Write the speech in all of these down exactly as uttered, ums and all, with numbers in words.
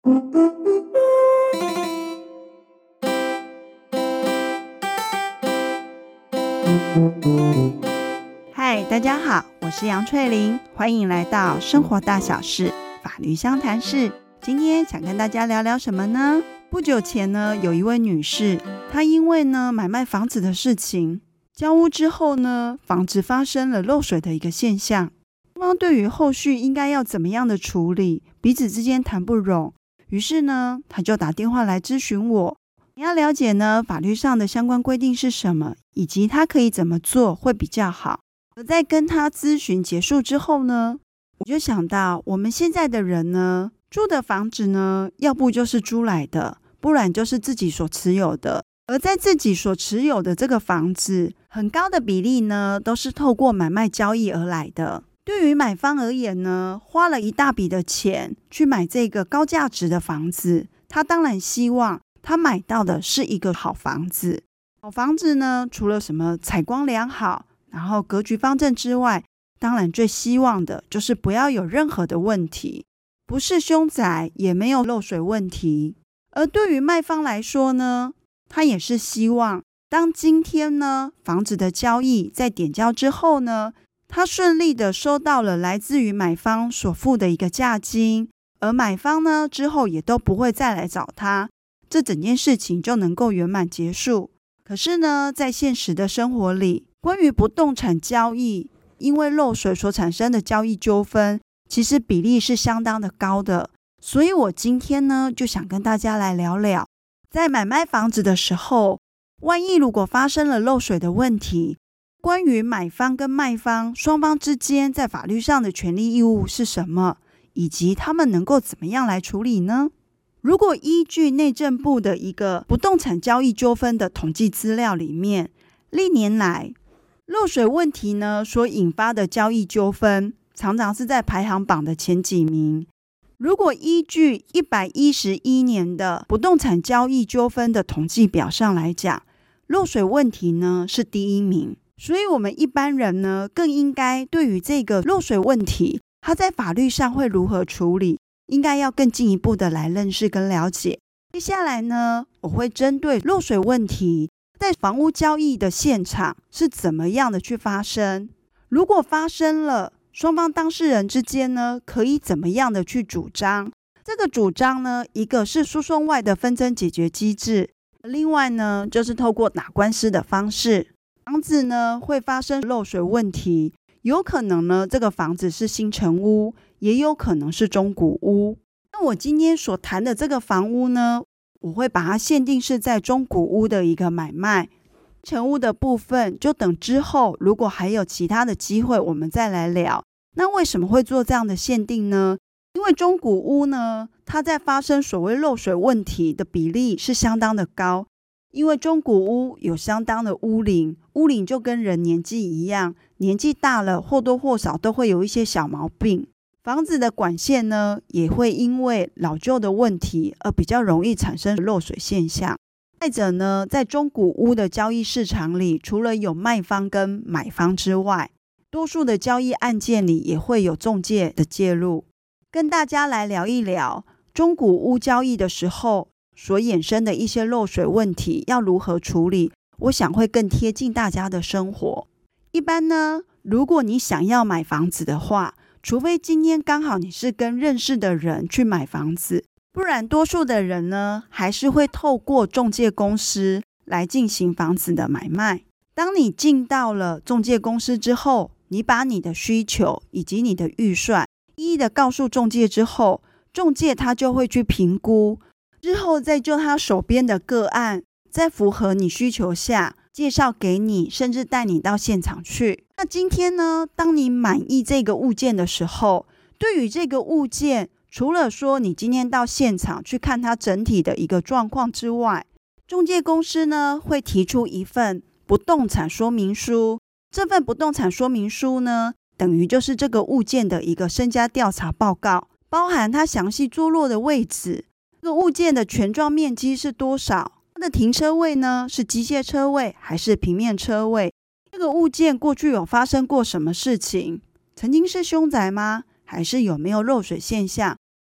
嗨，大家好，我是杨翠玲，欢迎来到生活大小事法律相谈室。今天想跟大家聊聊什么呢？不久前呢，有一位女士，她因为呢买卖房子的事情，交屋之后呢，房子发生了漏水的一个现象。双方对于后续应该要怎么样的处理，彼此之间谈不拢，于是呢，她就打电话来咨询我。你要了解呢法律上的相关规定是什么，以及她可以怎么做会比较好。而在跟她咨询结束之后呢，我就想到我们现在的人呢，住的房子呢，要不就是租来的，不然就是自己所持有的。而在自己所持有的这个房子，很高的比例呢，都是透过买卖交易而来的。对于买方而言呢，花了一大笔的钱去买这个高价值的房子，他当然希望他买到的是一个好房子。好房子呢，除了什么采光良好，然后格局方正之外，当然最希望的就是不要有任何的问题，不是凶宅，也没有漏水问题。而对于卖方来说呢，他也是希望当今天呢房子的交易在点交之后呢，他顺利的收到了来自于买方所付的一个价金，而买方呢之后也都不会再来找他，这整件事情就能够圆满结束。可是呢，在现实的生活里，关于不动产交易因为漏水所产生的交易纠纷，其实比例是相当的高的。所以我今天呢，就想跟大家来聊聊，在买卖房子的时候，万一如果发生了漏水的问题，关于买方跟卖方双方之间在法律上的权利义务是什么，以及他们能够怎么样来处理呢？如果依据内政部的一个不动产交易纠纷的统计资料里面，历年来漏水问题呢所引发的交易纠纷，常常是在排行榜的前几名。如果依据一百一十一年的不动产交易纠纷的统计表上来讲，漏水问题呢是第一名。所以我们一般人呢，更应该对于这个漏水问题，它在法律上会如何处理，应该要更进一步的来认识跟了解。接下来呢，我会针对漏水问题在房屋交易的现场是怎么样的去发生，如果发生了，双方当事人之间呢，可以怎么样的去主张。这个主张呢，一个是诉讼外的纷争解决机制，另外呢，就是透过打官司的方式。房子呢会发生漏水问题，有可能呢这个房子是新成屋，也有可能是中古屋。那我今天所谈的这个房屋呢，我会把它限定是在中古屋的一个买卖，成屋的部分就等之后如果还有其他的机会我们再来聊。那为什么会做这样的限定呢？因为中古屋呢，它在发生所谓漏水问题的比例是相当的高，因为中古屋有相当的屋龄，屋龄就跟人年纪一样，年纪大了或多或少都会有一些小毛病，房子的管线呢也会因为老旧的问题而比较容易产生漏水现象。再者呢，在中古屋的交易市场里，除了有卖方跟买方之外，多数的交易案件里也会有仲介的介入。跟大家来聊一聊中古屋交易的时候所衍生的一些漏水问题要如何处理，我想会更贴近大家的生活。一般呢，如果你想要买房子的话，除非今天刚好你是跟认识的人去买房子，不然多数的人呢，还是会透过仲介公司来进行房子的买卖。当你进到了仲介公司之后，你把你的需求以及你的预算一一的告诉仲介之后，仲介他就会去评估，之后再就他手边的个案，在符合你需求下介绍给你，甚至带你到现场去。那今天呢，当你满意这个物件的时候，对于这个物件，除了说你今天到现场去看它整体的一个状况之外，仲介公司呢会提出一份不动产说明书。这份不动产说明书呢，等于就是这个物件的一个身家调查报告，包含它详细坐落的位置，这个物件的全幢面积是多少，它的停车位呢是机械车位还是平面车位，这个物件过去有发生过什么事情，曾经是凶宅吗，还是有没有漏水现象，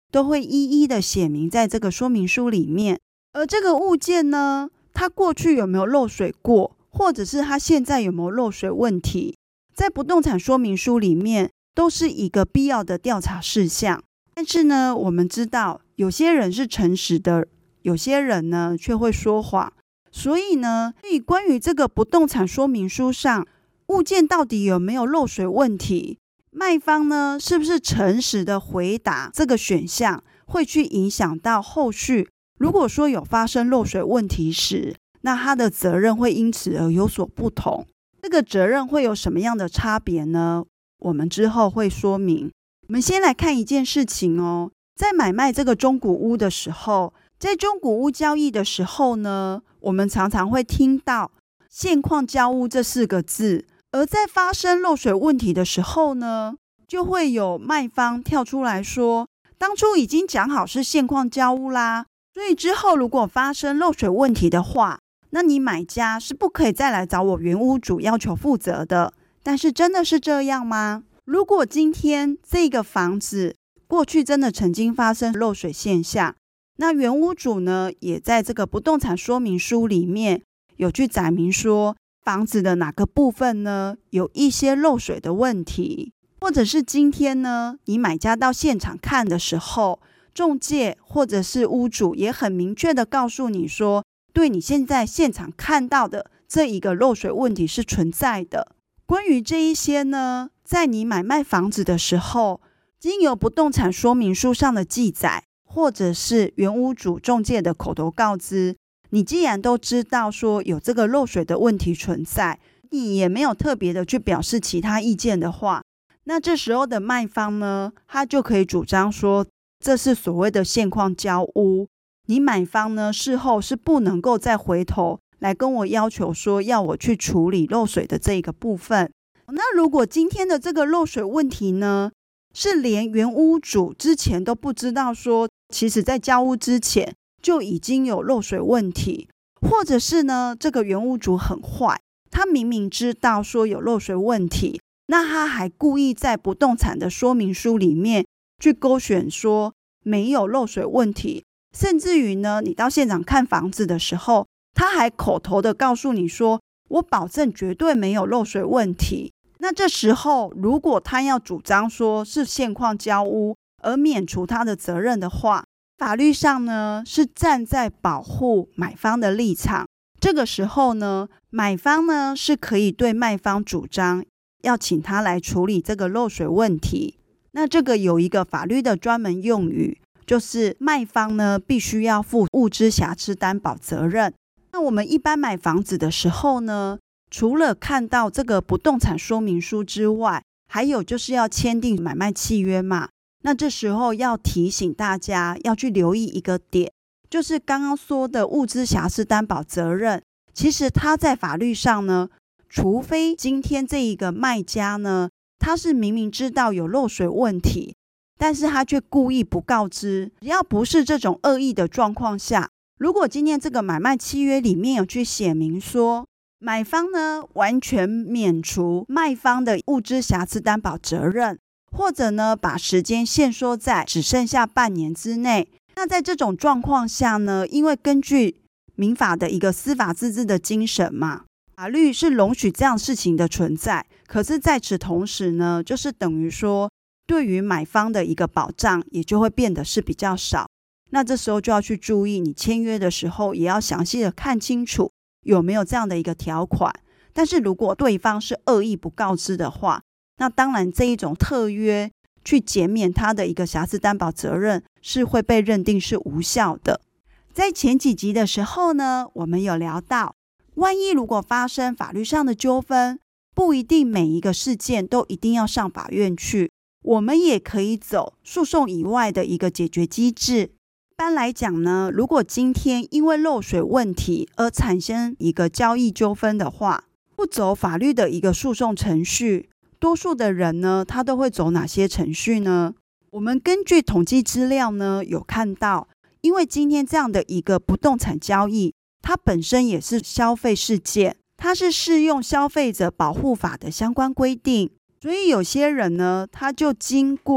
都会一一的写明在这个说明书里面。而这个物件呢，它过去有没有漏水过，或者是它现在有没有漏水问题，在不动产说明书里面都是一个必要的调查事项。但是呢，我们知道有些人是诚实的，有些人呢却会说谎。所以呢，所以关于这个不动产说明书上物件到底有没有漏水问题，卖方呢是不是诚实的回答这个选项，会去影响到后续如果说有发生漏水问题时，那他的责任会因此而有所不同。这个责任会有什么样的差别呢？我们之后会说明。我们先来看一件事情哦，在买卖这个中古屋的时候，在中古屋交易的时候呢，我们常常会听到现况交屋这四个字，而在发生漏水问题的时候呢，就会有卖方跳出来说，当初已经讲好是现况交屋啦，所以之后如果发生漏水问题的话，那你买家是不可以再来找我原屋主要求负责的。但是真的是这样吗？如果今天这个房子过去真的曾经发生漏水现象，那原屋主呢也在这个不动产说明书里面有去载明说房子的哪个部分呢有一些漏水的问题，或者是今天呢你买家到现场看的时候，仲介或者是屋主也很明确的告诉你说，对你现在现场看到的这一个漏水问题是存在的。关于这一些呢，在你买卖房子的时候，经由不动产说明书上的记载，或者是原屋主仲介的口头告知，你既然都知道说有这个漏水的问题存在，你也没有特别的去表示其他意见的话，那这时候的卖方呢，他就可以主张说这是所谓的现况交屋，你买方呢事后是不能够再回头来跟我要求说要我去处理漏水的这个部分。那如果今天的这个漏水问题呢，是连原屋主之前都不知道说其实在交屋之前就已经有漏水问题，或者是呢这个原屋主很坏，他明明知道说有漏水问题，那他还故意在不动产的说明书里面去勾选说没有漏水问题，甚至于呢你到现场看房子的时候，他还口头的告诉你说我保证绝对没有漏水问题。那这时候如果他要主张说是现况交屋而免除他的责任的话，法律上呢是站在保护买方的立场。这个时候呢，买方呢是可以对卖方主张要请他来处理这个漏水问题。那这个有一个法律的专门用语，就是卖方呢必须要负物之瑕疵担保责任。那我们一般买房子的时候呢，除了看到这个不动产说明书之外，还有就是要签订买卖契约嘛。那这时候要提醒大家要去留意一个点，就是刚刚说的物之瑕疵担保责任，其实它在法律上呢，除非今天这一个卖家呢，他是明明知道有漏水问题，但是他却故意不告知，只要不是这种恶意的状况下，如果今天这个买卖契约里面有去写明说买方呢完全免除卖方的物之瑕疵担保责任，或者呢把时间限缩在只剩下半年之内，那在这种状况下呢，因为根据民法的一个司法自治的精神嘛，法律是容许这样事情的存在，可是在此同时呢，就是等于说对于买方的一个保障也就会变得是比较少。那这时候就要去注意，你签约的时候也要详细的看清楚有没有这样的一个条款。但是如果对方是恶意不告知的话，那当然这一种特约去减免他的一个瑕疵担保责任是会被认定是无效的。在前几集的时候呢，我们有聊到，万一如果发生法律上的纠纷，不一定每一个事件都一定要上法院去，我们也可以走诉讼以外的一个解决机制。一般来讲呢，如果今天因为漏水问题而产生一个交易纠纷的话，不走法律的一个诉讼程序，多数的人呢，他都会走哪些程序呢？我们根据统计资料呢，有看到，因为今天这样的一个不动产交易，它本身也是消费事件，它是适用消费者保护法的相关规定，所以有些人呢，他就经过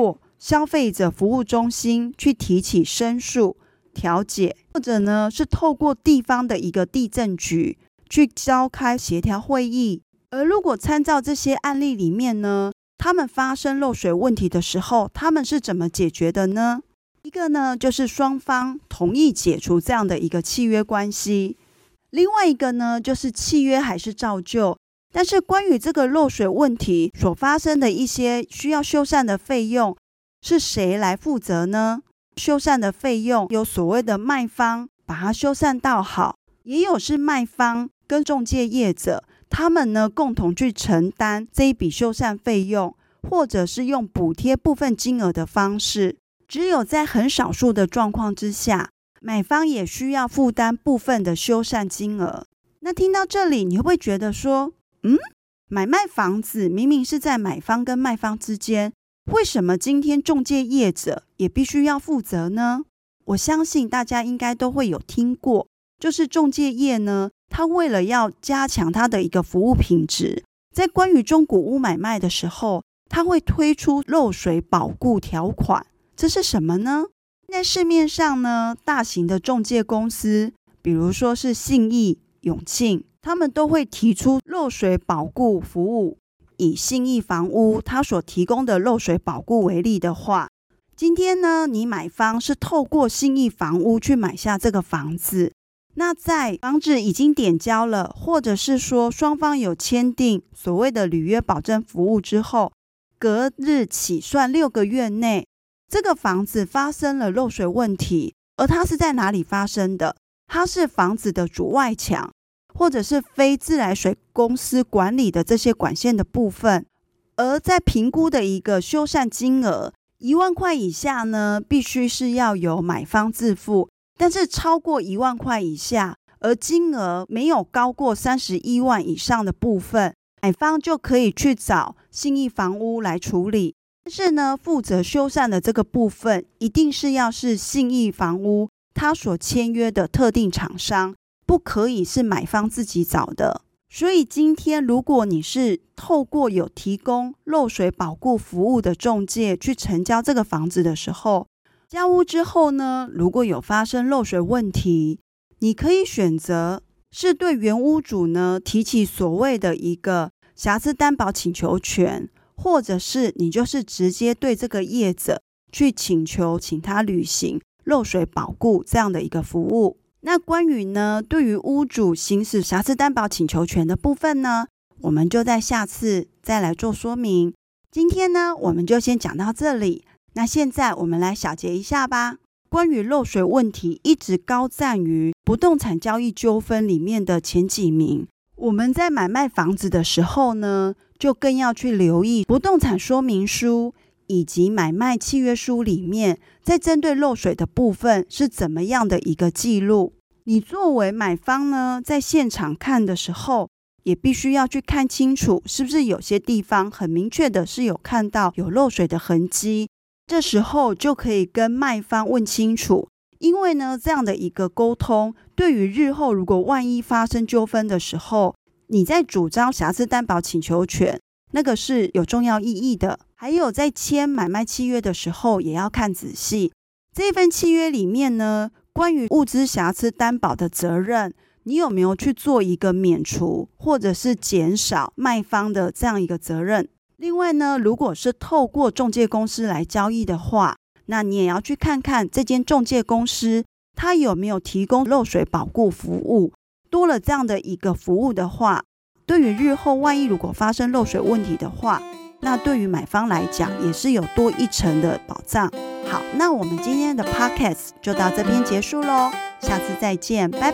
消费者服务中心去提起申诉调解，或者呢是透过地方的一个地政局去召开协调会议。而如果参照这些案例里面呢，他们发生漏水问题的时候，他们是怎么解决的呢？一个呢就是双方同意解除这样的一个契约关系，另外一个呢就是契约还是照旧，但是关于这个漏水问题所发生的一些需要修缮的费用是谁来负责呢？修缮的费用有所谓的卖方把它修缮到好，也有是卖方跟仲介业者他们呢共同去承担这一笔修缮费用，或者是用补贴部分金额的方式。只有在很少数的状况之下，买方也需要负担部分的修缮金额。那听到这里，你会不会觉得说，嗯，买卖房子明明是在买方跟卖方之间，为什么今天仲介业者也必须要负责呢？我相信大家应该都会有听过，就是仲介业呢，他为了要加强他的一个服务品质，在关于中古屋买卖的时候，他会推出漏水保固条款。这是什么呢？在市面上呢，大型的仲介公司，比如说是信义、永庆，他们都会提出漏水保固服务。以信义房屋它所提供的漏水保固为例的话，今天呢，你买方是透过信义房屋去买下这个房子，那在房子已经点交了，或者是说双方有签订所谓的履约保证服务之后，隔日起算六个月内，这个房子发生了漏水问题，而它是在哪里发生的？它是房子的主外墙，或者是非自来水公司管理的这些管线的部分，而在评估的一个修缮金额一万块以下呢，必须是要由买方自付，但是超过一万块以下，而金额没有高过三十一万以上的部分，买方就可以去找信义房屋来处理。但是呢，负责修缮的这个部分一定是要是信义房屋他所签约的特定厂商，不可以是买方自己找的。所以今天如果你是透过有提供漏水保固服务的仲介去成交这个房子的时候，交屋之后呢，如果有发生漏水问题，你可以选择是对原屋主呢提起所谓的一个瑕疵担保请求权，或者是你就是直接对这个业者去请求请他履行漏水保固这样的一个服务。那关于呢对于屋主行使瑕疵担保请求权的部分呢，我们就在下次再来做说明。今天呢我们就先讲到这里，那现在我们来小结一下吧。关于漏水问题一直高占于不动产交易纠纷里面的前几名，我们在买卖房子的时候呢，就更要去留意不动产说明书以及买卖契约书里面在针对漏水的部分是怎么样的一个记录。你作为买方呢，在现场看的时候也必须要去看清楚，是不是有些地方很明确的是有看到有漏水的痕迹，这时候就可以跟卖方问清楚。因为呢，这样的一个沟通，对于日后如果万一发生纠纷的时候，你在主张瑕疵担保请求权，那个是有重要意义的。还有在签买卖契约的时候，也要看仔细。这份契约里面呢，关于物资瑕疵担保的责任，你有没有去做一个免除，或者是减少卖方的这样一个责任？另外呢，如果是透过仲介公司来交易的话，那你也要去看看这间仲介公司它有没有提供漏水保固服务。多了这样的一个服务的话，对于日后万一如果发生漏水问题的话，那对于买方来讲也是有多一层的保障。好，那我们今天的 podcast 就到这边结束咯，下次再见，拜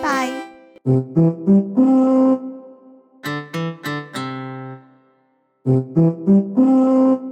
拜。Thank you.